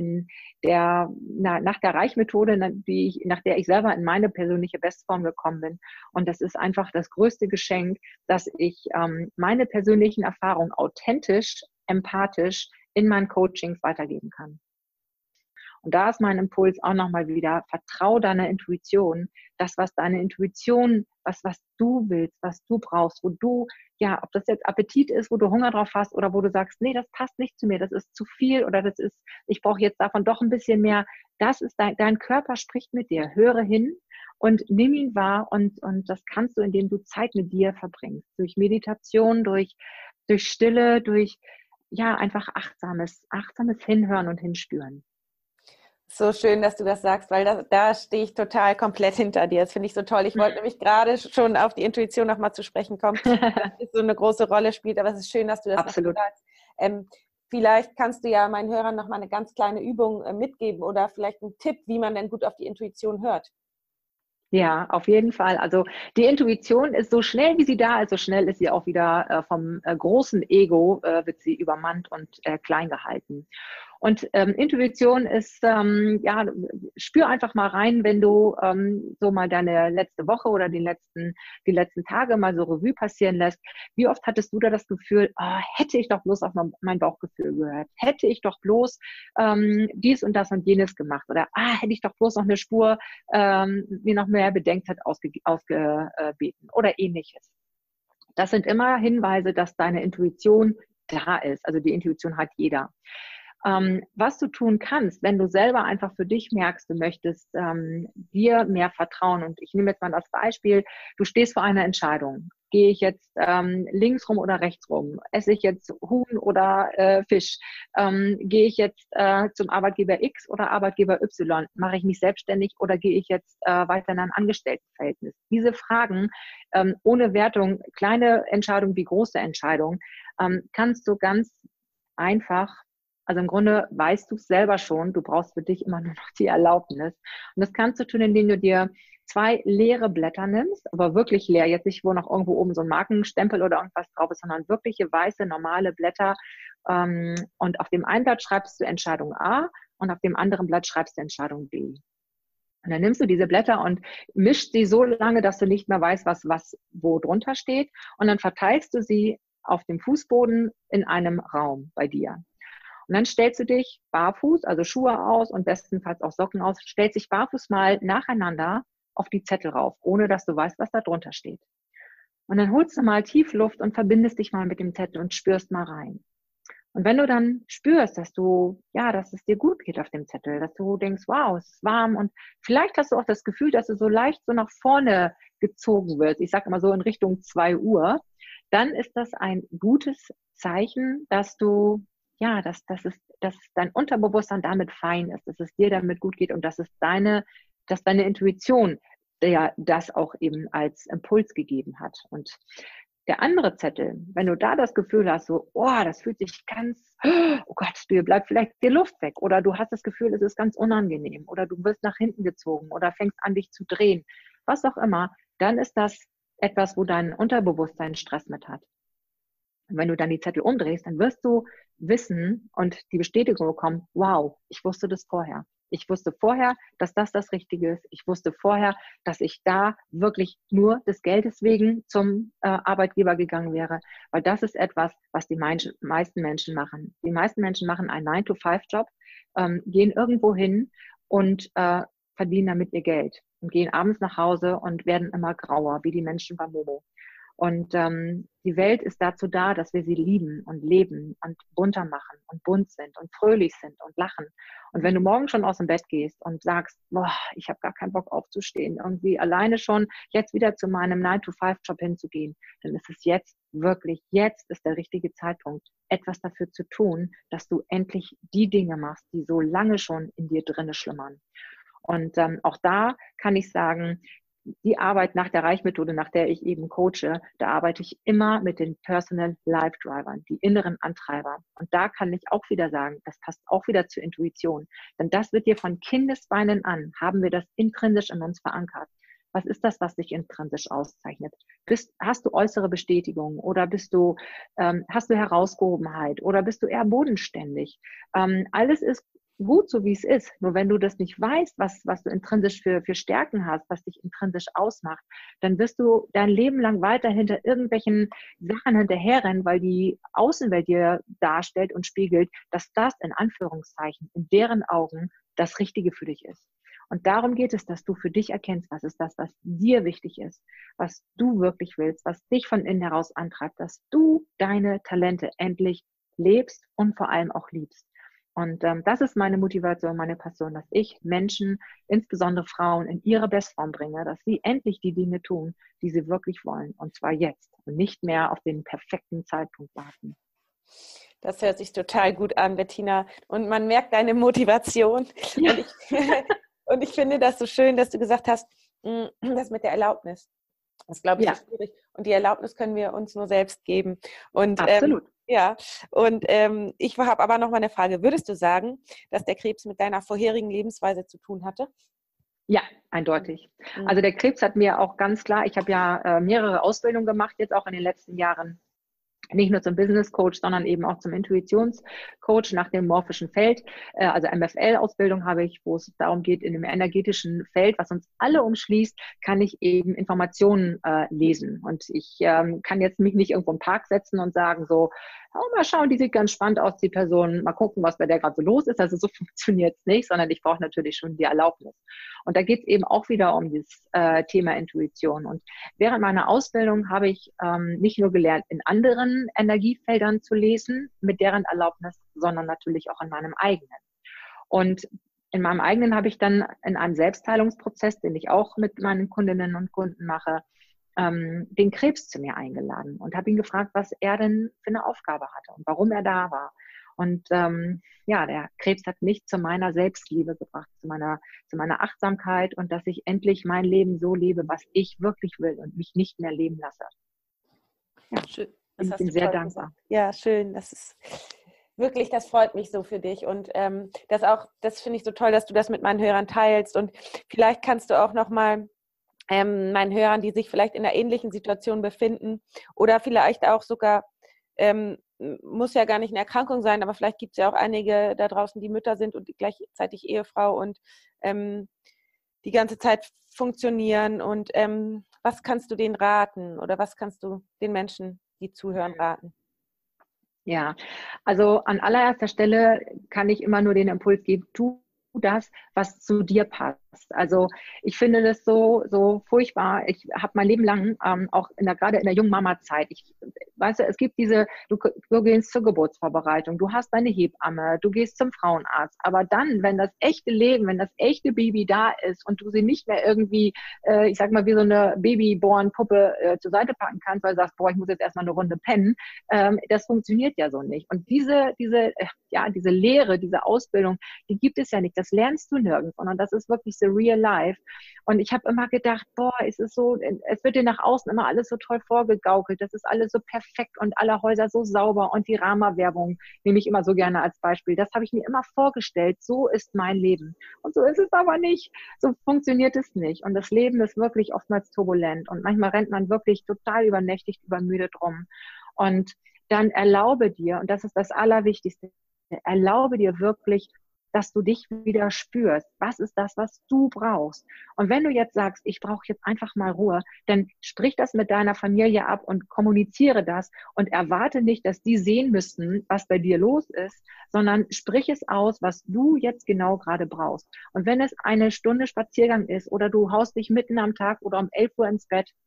nach der Reichmethode, nach der ich selber in meine persönliche Bestform gekommen bin. Und das ist einfach das größte Geschenk, dass ich meine persönlichen Erfahrungen authentisch, empathisch in meinen Coachings weitergeben kann. Und da ist mein Impuls auch nochmal wieder, vertrau deiner Intuition, was deine Intuition, was du willst, was du brauchst, wo du, ja, ob das jetzt Appetit ist, wo du Hunger drauf hast oder wo du sagst, nee, das passt nicht zu mir, das ist zu viel oder ich brauche jetzt davon doch ein bisschen mehr. Das ist dein Körper spricht mit dir. Höre hin und nimm ihn wahr und das kannst du, indem du Zeit mit dir verbringst. Durch Meditation, durch Stille, durch, ja, einfach achtsames Hinhören und Hinspüren. So schön, dass du das sagst, weil da stehe ich total komplett hinter dir. Das finde ich so toll. Ich wollte nämlich gerade schon auf die Intuition nochmal zu sprechen kommen, dass das so eine große Rolle spielt, aber es ist schön, dass du das Absolut sagst. Vielleicht kannst du ja meinen Hörern nochmal eine ganz kleine Übung mitgeben oder vielleicht einen Tipp, wie man denn gut auf die Intuition hört. Ja, auf jeden Fall. Also die Intuition ist so schnell, wie sie da ist, so schnell ist sie auch wieder vom großen Ego, wird sie übermannt und klein gehalten. Und Intuition ist, ja, spür einfach mal rein, wenn du so mal deine letzte Woche oder die letzten Tage mal so Revue passieren lässt. Wie oft hattest du da das Gefühl, hätte ich doch bloß auf mein Bauchgefühl gehört, hätte ich doch bloß dies und das und jenes gemacht oder hätte ich doch bloß noch eine Spur mir noch mehr Bedenkzeit ausgebeten oder ähnliches. Das sind immer Hinweise, dass deine Intuition da ist. Also die Intuition hat jeder. Was du tun kannst, wenn du selber einfach für dich merkst, du möchtest dir mehr vertrauen. Und ich nehme jetzt mal das Beispiel, du stehst vor einer Entscheidung. Gehe ich jetzt links rum oder rechts rum? Esse ich jetzt Huhn oder Fisch? Gehe ich jetzt zum Arbeitgeber X oder Arbeitgeber Y? Mache ich mich selbstständig oder gehe ich jetzt weiter in ein Angestelltenverhältnis? Diese Fragen ohne Wertung, kleine Entscheidung wie große Entscheidung, kannst du ganz einfach. Also im Grunde weißt du es selber schon, du brauchst für dich immer nur noch die Erlaubnis. Und das kannst du tun, indem du dir 2 leere Blätter nimmst, aber wirklich leer, jetzt nicht, wo noch irgendwo oben so ein Markenstempel oder irgendwas drauf ist, sondern wirkliche weiße, normale Blätter. Und auf dem einen Blatt schreibst du Entscheidung A und auf dem anderen Blatt schreibst du Entscheidung B. Und dann nimmst du diese Blätter und mischst sie so lange, dass du nicht mehr weißt, was wo drunter steht. Und dann verteilst du sie auf dem Fußboden in einem Raum bei dir. Und dann stellst du dich barfuß, also Schuhe aus und bestenfalls auch Socken aus, stellst dich barfuß mal nacheinander auf die Zettel rauf, ohne dass du weißt, was da drunter steht. Und dann holst du mal tief Luft und verbindest dich mal mit dem Zettel und spürst mal rein. Und wenn du dann spürst, dass es dir gut geht auf dem Zettel, dass du denkst, wow, es ist warm und vielleicht hast du auch das Gefühl, dass du so leicht so nach vorne gezogen wirst, ich sage immer so in Richtung 2 Uhr, dann ist das ein gutes Zeichen, dass dein Unterbewusstsein damit fein ist, dass es dir damit gut geht und dass deine Intuition das auch eben als Impuls gegeben hat. Und der andere Zettel, wenn du da das Gefühl hast, so, das fühlt sich oh Gott, dir bleibt vielleicht die Luft weg oder du hast das Gefühl, es ist ganz unangenehm oder du wirst nach hinten gezogen oder fängst an, dich zu drehen, was auch immer, dann ist das etwas, wo dein Unterbewusstsein Stress mit hat. Und wenn du dann die Zettel umdrehst, dann wirst du wissen und die Bestätigung bekommen, wow, ich wusste das vorher. Ich wusste vorher, dass das Richtige ist. Ich wusste vorher, dass ich da wirklich nur des Geldes wegen zum Arbeitgeber gegangen wäre. Weil das ist etwas, was die meisten Menschen machen. Die meisten Menschen machen einen 9-to-5-Job, gehen irgendwo hin und verdienen damit ihr Geld und gehen abends nach Hause und werden immer grauer, wie die Menschen bei Momo. Und die Welt ist dazu da, dass wir sie lieben und leben und bunter machen und bunt sind und fröhlich sind und lachen. Und wenn du morgen schon aus dem Bett gehst und sagst, boah, ich habe gar keinen Bock aufzustehen, irgendwie alleine schon jetzt wieder zu meinem 9-to-5-Job hinzugehen, dann ist es jetzt wirklich, jetzt ist der richtige Zeitpunkt, etwas dafür zu tun, dass du endlich die Dinge machst, die so lange schon in dir drinne schlummern. Und auch da kann ich sagen, die Arbeit nach der Reichmethode, nach der ich eben coache, da arbeite ich immer mit den Personal Life Drivern, die inneren Antreiber. Und da kann ich auch wieder sagen, das passt auch wieder zur Intuition. Denn das wird dir von Kindesbeinen an, haben wir das intrinsisch in uns verankert. Was ist das, was dich intrinsisch auszeichnet? Hast du äußere Bestätigung oder hast du Herausgehobenheit oder bist du eher bodenständig? Alles ist gut, so wie es ist. Nur wenn du das nicht weißt, was du intrinsisch für Stärken hast, was dich intrinsisch ausmacht, dann wirst du dein Leben lang weiter hinter irgendwelchen Sachen hinterherrennen, weil die Außenwelt dir darstellt und spiegelt, dass das in Anführungszeichen in deren Augen das Richtige für dich ist. Und darum geht es, dass du für dich erkennst, was ist das, was dir wichtig ist, was du wirklich willst, was dich von innen heraus antreibt, dass du deine Talente endlich lebst und vor allem auch liebst. Und das ist meine Motivation, meine Passion, dass ich Menschen, insbesondere Frauen, in ihre Bestform bringe, dass sie endlich die Dinge tun, die sie wirklich wollen. Und zwar jetzt und nicht mehr auf den perfekten Zeitpunkt warten. Das hört sich total gut an, Bettina. Und man merkt deine Motivation. Ja. Und ich finde das so schön, dass du gesagt hast, das mit der Erlaubnis. Das glaube ich, ist schwierig. Und die Erlaubnis können wir uns nur selbst geben. Und absolut. Ja, und ich habe aber noch mal eine Frage. Würdest du sagen, dass der Krebs mit deiner vorherigen Lebensweise zu tun hatte? Ja, eindeutig. Also der Krebs hat mir auch ganz klar, ich habe ja mehrere Ausbildungen gemacht, jetzt auch in den letzten Jahren. Nicht nur zum Business Coach, sondern eben auch zum Intuitionscoach nach dem morphischen Feld. Also MFL-Ausbildung habe ich, wo es darum geht, in dem energetischen Feld, was uns alle umschließt, kann ich eben Informationen lesen. Und ich kann jetzt mich nicht irgendwo im Park setzen und sagen so, oh, mal schauen, die sieht ganz spannend aus, die Person, mal gucken, was bei der gerade so los ist. Also so funktioniert es nicht, sondern ich brauche natürlich schon die Erlaubnis. Und da geht es eben auch wieder um das Thema Intuition. Und während meiner Ausbildung habe ich nicht nur gelernt, in anderen Energiefeldern zu lesen, mit deren Erlaubnis, sondern natürlich auch in meinem eigenen. Und in meinem eigenen habe ich dann in einem Selbstheilungsprozess, den ich auch mit meinen Kundinnen und Kunden mache, den Krebs zu mir eingeladen und habe ihn gefragt, was er denn für eine Aufgabe hatte und warum er da war. Und der Krebs hat mich zu meiner Selbstliebe gebracht, zu meiner Achtsamkeit und dass ich endlich mein Leben so lebe, was ich wirklich will und mich nicht mehr leben lasse. Ja, schön. Ich bin sehr dankbar. Ja, schön. Das ist wirklich, das freut mich so für dich. Und das finde ich so toll, dass du das mit meinen Hörern teilst. Und vielleicht kannst du auch nochmal meinen Hörern, die sich vielleicht in einer ähnlichen Situation befinden oder vielleicht auch sogar, muss ja gar nicht eine Erkrankung sein, aber vielleicht gibt es ja auch einige da draußen, die Mütter sind und gleichzeitig Ehefrau und die ganze Zeit funktionieren. Und was kannst du denen raten oder was kannst du den Menschen, die zuhören, raten? Ja, also an allererster Stelle kann ich immer nur den Impuls geben, tu das, was zu dir passt. Also ich finde das so furchtbar. Ich habe mein Leben lang auch gerade in der jungen Mama-Zeit, weißt du, es gibt du gehst zur Geburtsvorbereitung, du hast deine Hebamme, du gehst zum Frauenarzt, aber dann, wenn das echte Leben, wenn das echte Baby da ist und du sie nicht mehr irgendwie, ich sag mal, wie so eine Babyborn-Puppe zur Seite packen kannst, weil du sagst, boah, ich muss jetzt erstmal eine Runde pennen, das funktioniert ja so nicht. Und diese Lehre, diese Ausbildung, die gibt es ja nicht. Das lernst du nirgends, sondern das ist wirklich the real life. Und ich habe immer gedacht, boah, es wird dir nach außen immer alles so toll vorgegaukelt. Das ist alles so perfekt und alle Häuser so sauber und die Rama-Werbung nehme ich immer so gerne als Beispiel. Das habe ich mir immer vorgestellt. So ist mein Leben. Und so ist es aber nicht. So funktioniert es nicht. Und das Leben ist wirklich oftmals turbulent. Und manchmal rennt man wirklich total übernächtigt, übermüdet rum. Und dann erlaube dir, und das ist das Allerwichtigste, erlaube dir wirklich, dass du dich wieder spürst. Was ist das, was du brauchst? Und wenn du jetzt sagst, ich brauche jetzt einfach mal Ruhe, dann sprich das mit deiner Familie ab und kommuniziere das und erwarte nicht, dass die sehen müssten, was bei dir los ist, sondern sprich es aus, was du jetzt genau gerade brauchst. Und wenn es eine Stunde Spaziergang ist oder du haust dich mitten am Tag oder um 11 Uhr ins Bett,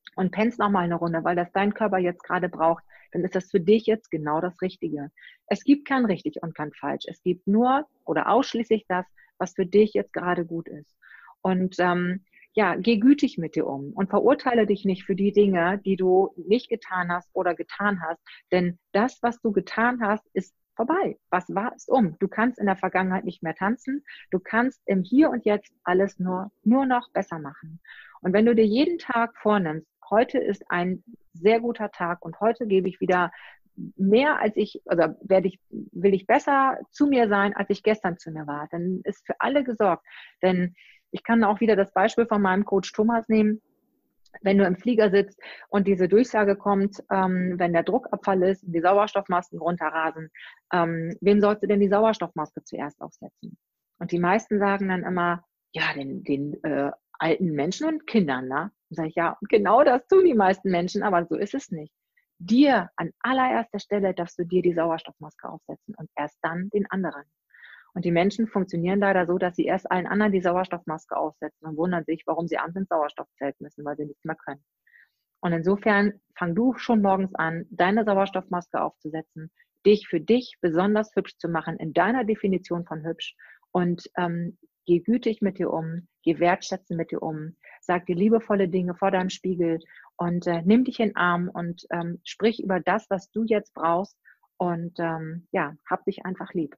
und pennst nochmal eine Runde, weil das dein Körper jetzt gerade braucht, dann ist das für dich jetzt genau das Richtige. Es gibt kein richtig und kein falsch. Es gibt nur oder ausschließlich das, was für dich jetzt gerade gut ist. Und ja, geh gütig mit dir um und verurteile dich nicht für die Dinge, die du nicht getan hast oder getan hast. Denn das, was du getan hast, ist vorbei. Was war, ist um. Du kannst in der Vergangenheit nicht mehr tanzen. Du kannst im Hier und Jetzt alles nur noch besser machen. Und wenn du dir jeden Tag vornimmst, heute ist ein sehr guter Tag und heute gebe ich wieder mehr als ich, oder will ich besser zu mir sein, als ich gestern zu mir war. Dann ist für alle gesorgt. Denn ich kann auch wieder das Beispiel von meinem Coach Thomas nehmen. Wenn du im Flieger sitzt und diese Durchsage kommt, wenn der Druckabfall ist und die Sauerstoffmasken runterrasen, wem sollst du denn die Sauerstoffmaske zuerst aufsetzen? Und die meisten sagen dann immer, ja, den alten Menschen und Kindern, ne? Und sage ich, ja, genau das tun die meisten Menschen, aber so ist es nicht. Dir an allererster Stelle darfst du dir die Sauerstoffmaske aufsetzen und erst dann den anderen. Und die Menschen funktionieren leider so, dass sie erst allen anderen die Sauerstoffmaske aufsetzen und wundern sich, warum sie abends ins Sauerstoffzelt müssen, weil sie nichts mehr können. Und insofern fang du schon morgens an, deine Sauerstoffmaske aufzusetzen, dich für dich besonders hübsch zu machen in deiner Definition von hübsch und geh gütig mit dir um, geh wertschätzend mit dir um, sag dir liebevolle Dinge vor deinem Spiegel und nimm dich in den Arm und sprich über das, was du jetzt brauchst und ja, hab dich einfach lieb.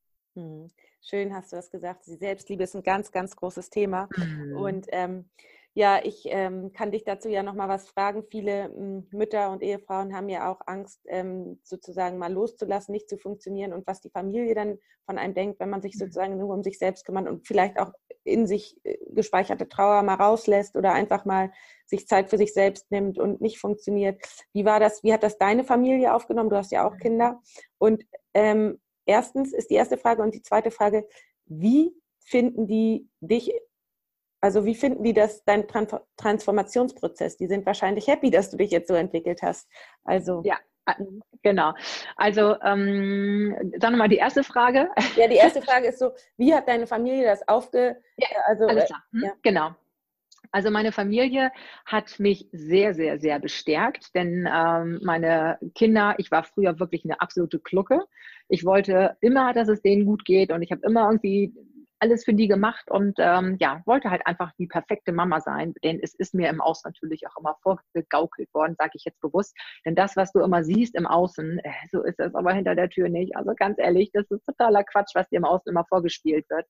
Schön hast du das gesagt. Die Selbstliebe ist ein ganz, ganz großes Thema. Und ja, ich kann dich dazu ja nochmal was fragen. Viele Mütter und Ehefrauen haben ja auch Angst, sozusagen mal loszulassen, nicht zu funktionieren und was die Familie dann von einem denkt, wenn man sich sozusagen nur um sich selbst kümmert und vielleicht auch in sich gespeicherte Trauer mal rauslässt oder einfach mal sich Zeit für sich selbst nimmt und nicht funktioniert. Wie war das? Wie hat das deine Familie aufgenommen? Du hast ja auch Kinder. Und erstens ist die erste Frage und die zweite Frage, wie finden die dich, also wie finden die das, dein Transformationsprozess? Die sind wahrscheinlich happy, dass du dich jetzt so entwickelt hast. Also ja, genau. Also sagen wir mal die erste Frage. Ja, die erste Frage ist so, wie hat deine Familie das alles klar. Genau. Also meine Familie hat mich sehr, sehr, sehr bestärkt, denn meine Kinder, ich war früher wirklich eine absolute Glucke. Ich wollte immer, dass es denen gut geht und ich habe immer irgendwie alles für die gemacht und ja, wollte halt einfach die perfekte Mama sein, denn es ist mir im Außen natürlich auch immer vorgegaukelt worden, sage ich jetzt bewusst, denn das, was du immer siehst im Außen, so ist es aber hinter der Tür nicht. Also ganz ehrlich, das ist totaler Quatsch, was dir im Außen immer vorgespielt wird.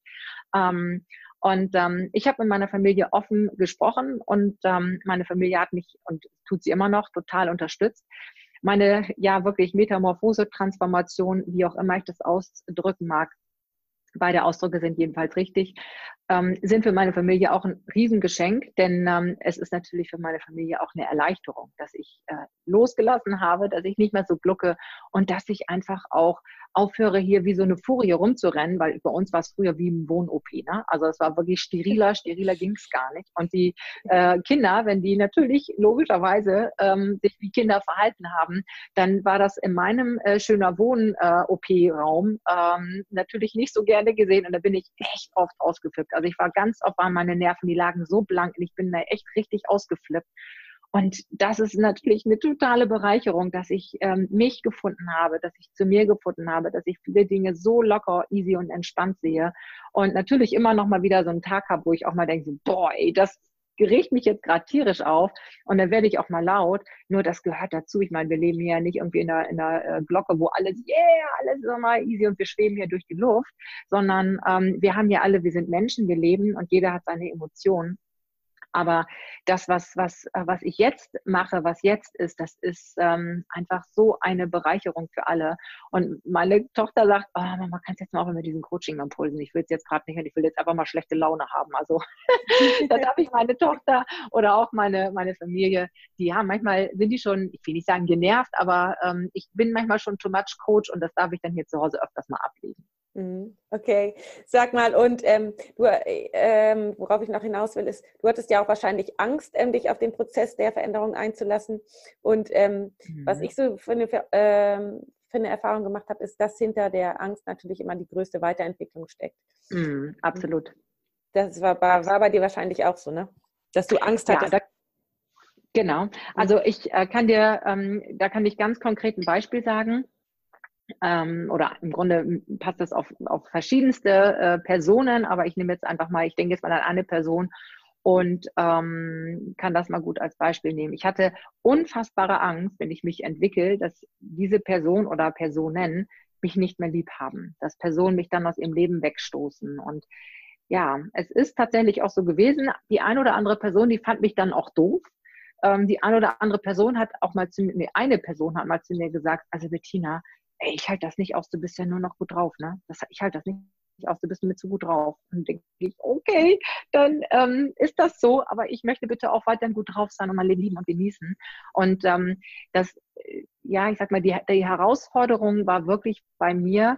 Und ich habe mit meiner Familie offen gesprochen und meine Familie hat mich und tut sie immer noch total unterstützt. Meine ja wirklich Metamorphose, Transformation, wie auch immer ich das ausdrücken mag, beide Ausdrücke sind jedenfalls richtig, sind für meine Familie auch ein Riesengeschenk, denn es ist natürlich für meine Familie auch eine Erleichterung, dass ich losgelassen habe, dass ich nicht mehr so glucke und dass ich einfach auch aufhöre, hier wie so eine Furie rumzurennen, weil bei uns war es früher wie im Wohn-OP, ne? Also es war wirklich steriler ging es gar nicht. Und die Kinder, wenn die natürlich logischerweise sich wie Kinder verhalten haben, dann war das in meinem schöner Wohn-OP-Raum natürlich nicht so gerne gesehen und da bin ich echt oft ausgeflippt. Also ich war ganz oft, waren meine Nerven, die lagen so blank und ich bin da echt richtig ausgeflippt. Und das ist natürlich eine totale Bereicherung, dass ich mich gefunden habe, dass ich zu mir gefunden habe, dass ich viele Dinge so locker, easy und entspannt sehe. Und natürlich immer noch mal wieder so einen Tag habe, wo ich auch mal denke, boah, ey, das regt mich jetzt gerade tierisch auf. Und dann werde ich auch mal laut. Nur das gehört dazu. Ich meine, wir leben hier ja nicht irgendwie in einer Glocke, wo alles, alles ist immer easy und wir schweben hier durch die Luft, sondern wir haben ja alle, wir sind Menschen, wir leben und jeder hat seine Emotionen. Aber das, was ich jetzt mache, was jetzt ist, das ist einfach so eine Bereicherung für alle. Und meine Tochter sagt, oh, Mama, kannst jetzt mal auch mit diesen Coaching-Impulsen, ich will es jetzt gerade nicht, ich will jetzt einfach mal schlechte Laune haben. Also da darf ich meine Tochter oder auch meine Familie, die haben manchmal, sind die schon, ich will nicht sagen genervt, aber ich bin manchmal schon too much Coach und das darf ich dann hier zu Hause öfters mal ablegen. Okay, sag mal, und worauf ich noch hinaus will, ist, du hattest ja auch wahrscheinlich Angst, dich auf den Prozess der Veränderung einzulassen. Und was ich so für eine Erfahrung gemacht habe, ist, dass hinter der Angst natürlich immer die größte Weiterentwicklung steckt. Absolut. Das war bei dir wahrscheinlich auch so, ne? Dass du Angst hattest. Genau. Also ich kann dir, da kann ich ganz konkret ein Beispiel sagen. Oder im Grunde passt das auf verschiedenste Personen, aber ich nehme jetzt einfach mal, ich denke jetzt mal an eine Person und kann das mal gut als Beispiel nehmen. Ich hatte unfassbare Angst, wenn ich mich entwickle, dass diese Person oder Personen mich nicht mehr lieb haben, dass Personen mich dann aus ihrem Leben wegstoßen. Und ja, es ist tatsächlich auch so gewesen. Die eine oder andere Person, die fand mich dann auch doof. Die eine oder andere Person hat auch mal zu mir, nee, eine Person hat mal zu mir gesagt, also Bettina, ey, ich halte das nicht aus, du bist ja nur noch gut drauf, ne? Ich halte das nicht aus, du bist mir zu gut drauf. Und denke ich, okay, dann ist das so, aber ich möchte bitte auch weiterhin gut drauf sein und mein Leben lieben und genießen. Und das, ja, ich sag mal, die Herausforderung war wirklich bei mir,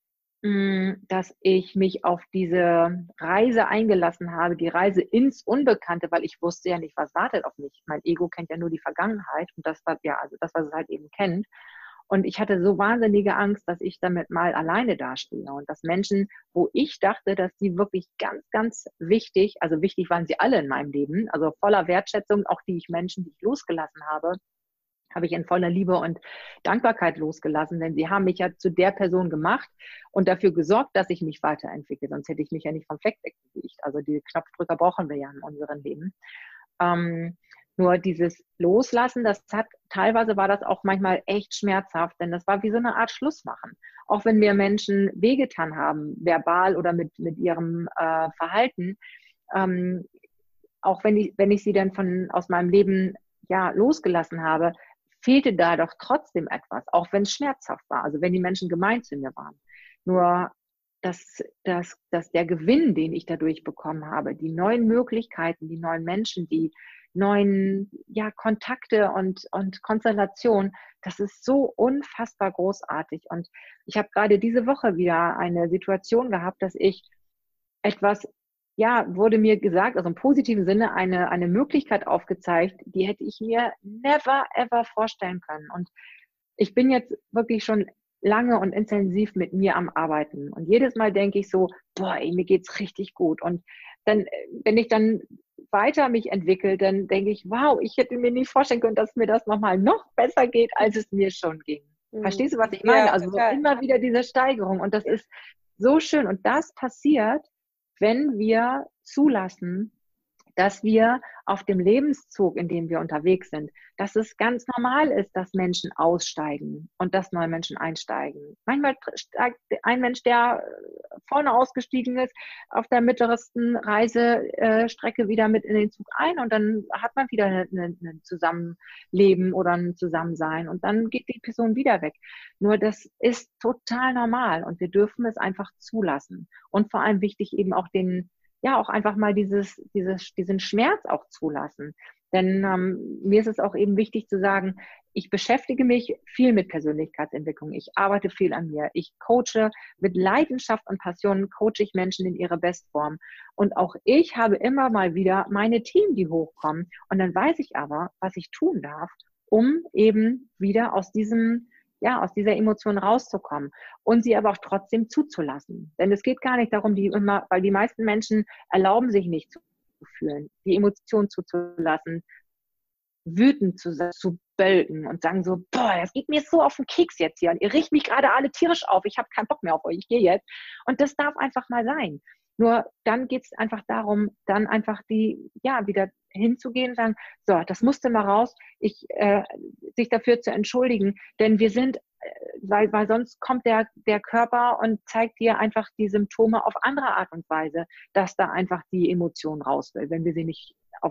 dass ich mich auf diese Reise eingelassen habe, die Reise ins Unbekannte, weil ich wusste ja nicht, was wartet auf mich. Mein Ego kennt ja nur die Vergangenheit und das war ja, also das, was es halt eben kennt. Und ich hatte so wahnsinnige Angst, dass ich damit mal alleine dastehe und dass Menschen, wo ich dachte, dass die wirklich ganz, ganz wichtig, also wichtig waren sie alle in meinem Leben, also voller Wertschätzung, auch die Menschen, die ich losgelassen habe ich in voller Liebe und Dankbarkeit losgelassen, denn sie haben mich ja zu der Person gemacht und dafür gesorgt, dass ich mich weiterentwickle. Sonst hätte ich mich ja nicht vom Fleck wegbewegt. Also die Knopfdrücker brauchen wir ja in unserem Leben. Ähm, nur dieses Loslassen, teilweise war das auch manchmal echt schmerzhaft, denn das war wie so eine Art Schlussmachen. Auch wenn mir Menschen wehgetan haben, verbal oder mit ihrem Verhalten, ähm, auch wenn ich sie dann aus meinem Leben ja losgelassen habe, fehlte da doch trotzdem etwas, auch wenn es schmerzhaft war, also wenn die Menschen gemein zu mir waren. Nur dass der Gewinn, den ich dadurch bekommen habe, die neuen Möglichkeiten, die neuen Menschen, die neuen ja, Kontakte und Konstellationen, das ist so unfassbar großartig. Und ich habe gerade diese Woche wieder eine Situation gehabt, dass ich etwas, ja, wurde mir gesagt, also im positiven Sinne, eine Möglichkeit aufgezeigt, die hätte ich mir never ever vorstellen können. Und ich bin jetzt wirklich schon lange und intensiv mit mir am Arbeiten. Und jedes Mal denke ich so, boah, ey, mir geht's richtig gut. Und dann, wenn ich dann weiter mich entwickle, dann denke ich, wow, ich hätte mir nicht vorstellen können, dass mir das nochmal noch besser geht, als es mir schon ging. Verstehst du, was ich meine? Ja, Also so total. immer wieder diese Steigerung. Und das ist so schön. Und das passiert, wenn wir zulassen, dass wir auf dem Lebenszug, in dem wir unterwegs sind, dass es ganz normal ist, dass Menschen aussteigen und dass neue Menschen einsteigen. Manchmal steigt ein Mensch, der vorne ausgestiegen ist, auf der mittlersten Reisestrecke wieder mit in den Zug ein und dann hat man wieder ein Zusammenleben oder ein Zusammensein und dann geht die Person wieder weg. Nur das ist total normal und wir dürfen es einfach zulassen. Und vor allem wichtig eben auch ja, auch einfach mal diesen Schmerz auch zulassen. Denn mir ist es auch eben wichtig zu sagen, ich beschäftige mich viel mit Persönlichkeitsentwicklung. Ich arbeite viel an mir. Ich coache mit Leidenschaft und Passion, coache ich Menschen in ihre Bestform. Und auch ich habe immer mal wieder meine Themen, die hochkommen. Und dann weiß ich aber, was ich tun darf, um eben wieder aus dieser Emotion rauszukommen und sie aber auch trotzdem zuzulassen. Denn es geht gar nicht darum, weil die meisten Menschen erlauben sich nicht zu fühlen, die Emotion zuzulassen, wütend zu bölken und sagen so, boah, das geht mir so auf den Keks jetzt hier und ihr riecht mich gerade alle tierisch auf, ich habe keinen Bock mehr auf euch, ich gehe jetzt. Und das darf einfach mal sein. Nur dann geht es einfach darum, dann einfach wieder hinzugehen und sagen, so, das musste mal raus, sich dafür zu entschuldigen, denn wir sind, weil sonst kommt der Körper und zeigt dir einfach die Symptome auf andere Art und Weise, dass da einfach die Emotion raus will, wenn wir sie nicht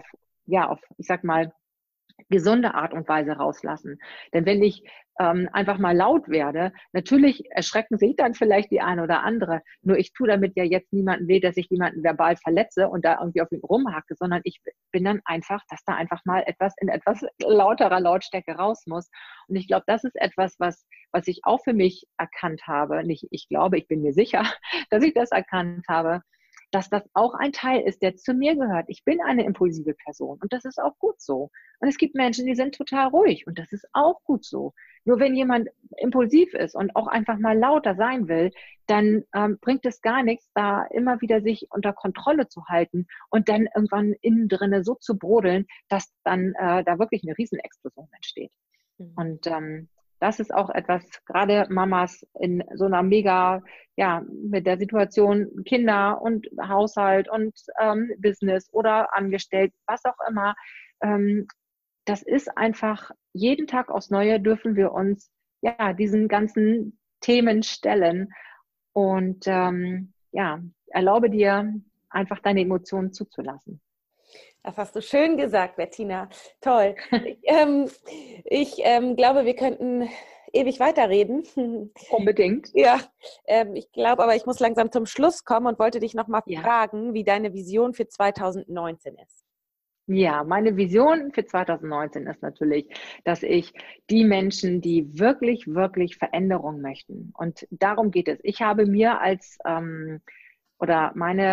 ich sag mal, gesunde Art und Weise rauslassen. Denn wenn ich einfach mal laut werde, natürlich erschrecken sich dann vielleicht die eine oder andere, nur ich tue damit ja jetzt niemanden weh, dass ich jemanden verbal verletze und da irgendwie auf ihn rumhacke, sondern ich bin dann einfach, dass da einfach mal etwas in etwas lauterer Lautstärke raus muss. Und ich glaube, das ist etwas, was ich auch für mich erkannt habe. Nicht, ich glaube, ich bin mir sicher, dass ich das erkannt habe, dass das auch ein Teil ist, der zu mir gehört. Ich bin eine impulsive Person und das ist auch gut so. Und es gibt Menschen, die sind total ruhig und das ist auch gut so. Nur wenn jemand impulsiv ist und auch einfach mal lauter sein will, dann bringt es gar nichts, da immer wieder sich unter Kontrolle zu halten und dann irgendwann innen drinne so zu brodeln, dass dann da wirklich eine Riesenexplosion entsteht. Und das ist auch etwas, gerade Mamas in so einer mega, ja, mit der Situation Kinder und Haushalt und Business oder angestellt, was auch immer. Das ist einfach, jeden Tag aufs Neue dürfen wir uns ja diesen ganzen Themen stellen und ja, erlaube dir einfach deine Emotionen zuzulassen. Das hast du schön gesagt, Bettina. Toll. Ich glaube, wir könnten ewig weiterreden. Unbedingt. Ja, ich glaube, aber ich muss langsam zum Schluss kommen und wollte dich nochmal fragen, wie deine Vision für 2019 ist. Ja, meine Vision für 2019 ist natürlich, dass ich die Menschen, die wirklich, wirklich Veränderung möchten, und darum geht es. Ich habe mir oder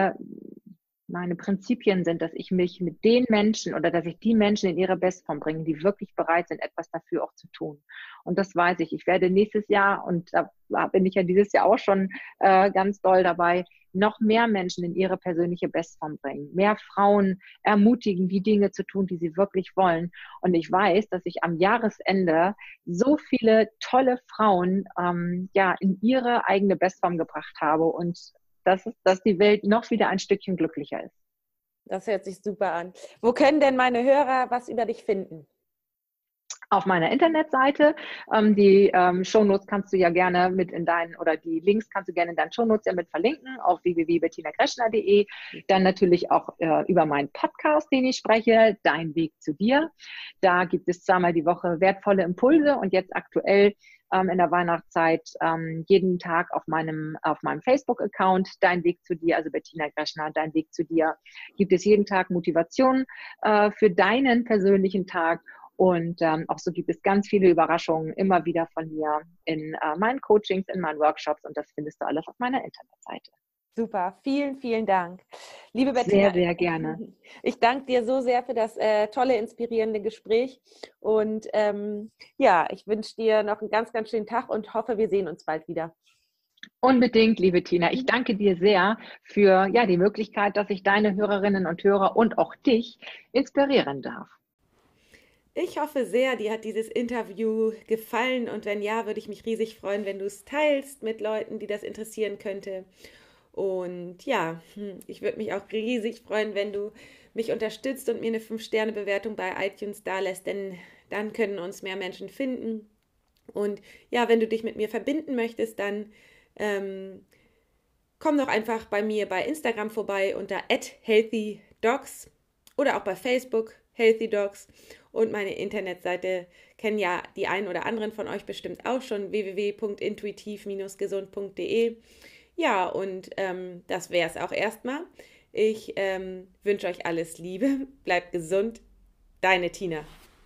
meine Prinzipien sind, dass ich mich mit den Menschen oder dass ich die Menschen in ihre Bestform bringe, die wirklich bereit sind, etwas dafür auch zu tun. Und das weiß ich. Ich werde nächstes Jahr, und da bin ich ja dieses Jahr auch schon ganz doll dabei, noch mehr Menschen in ihre persönliche Bestform bringen, mehr Frauen ermutigen, die Dinge zu tun, die sie wirklich wollen. Und ich weiß, dass ich am Jahresende so viele tolle Frauen ja in ihre eigene Bestform gebracht habe und dass die Welt noch wieder ein Stückchen glücklicher ist. Das hört sich super an. Wo können denn meine Hörer was über dich finden? Auf meiner Internetseite. Die Shownotes kannst du ja gerne oder die Links kannst du gerne in deinen Shownotes ja mit verlinken auf www.bettinagreschner.de. Dann natürlich auch über meinen Podcast, den ich spreche, Dein Weg zu dir. Da gibt es zweimal die Woche wertvolle Impulse und jetzt aktuell in der Weihnachtszeit jeden Tag auf meinem Facebook-Account Dein Weg zu dir, also Bettina Greschner, Dein Weg zu dir, gibt es jeden Tag Motivation für deinen persönlichen Tag. Und auch so gibt es ganz viele Überraschungen immer wieder von mir in meinen Coachings, in meinen Workshops, und das findest du alles auf meiner Internetseite. Super, vielen, vielen Dank. Liebe Bettina, sehr, sehr gerne. Ich danke dir so sehr für das tolle, inspirierende Gespräch und ja, ich wünsche dir noch einen ganz, ganz schönen Tag und hoffe, wir sehen uns bald wieder. Unbedingt, liebe Tina. Ich danke dir sehr für die Möglichkeit, dass ich deine Hörerinnen und Hörer und auch dich inspirieren darf. Ich hoffe sehr, dir hat dieses Interview gefallen und wenn ja, würde ich mich riesig freuen, wenn du es teilst mit Leuten, die das interessieren könnte. Und ja, ich würde mich auch riesig freuen, wenn du mich unterstützt und mir eine 5-Sterne-Bewertung bei iTunes dalässt, denn dann können uns mehr Menschen finden. Und ja, wenn du dich mit mir verbinden möchtest, dann komm doch einfach bei mir bei Instagram vorbei unter @healthydogs oder auch bei Facebook healthydogs. Und meine Internetseite kennen ja die einen oder anderen von euch bestimmt auch schon, www.intuitiv-gesund.de. Ja, und das wäre es auch erstmal. Ich wünsche euch alles Liebe, bleibt gesund, deine Tina.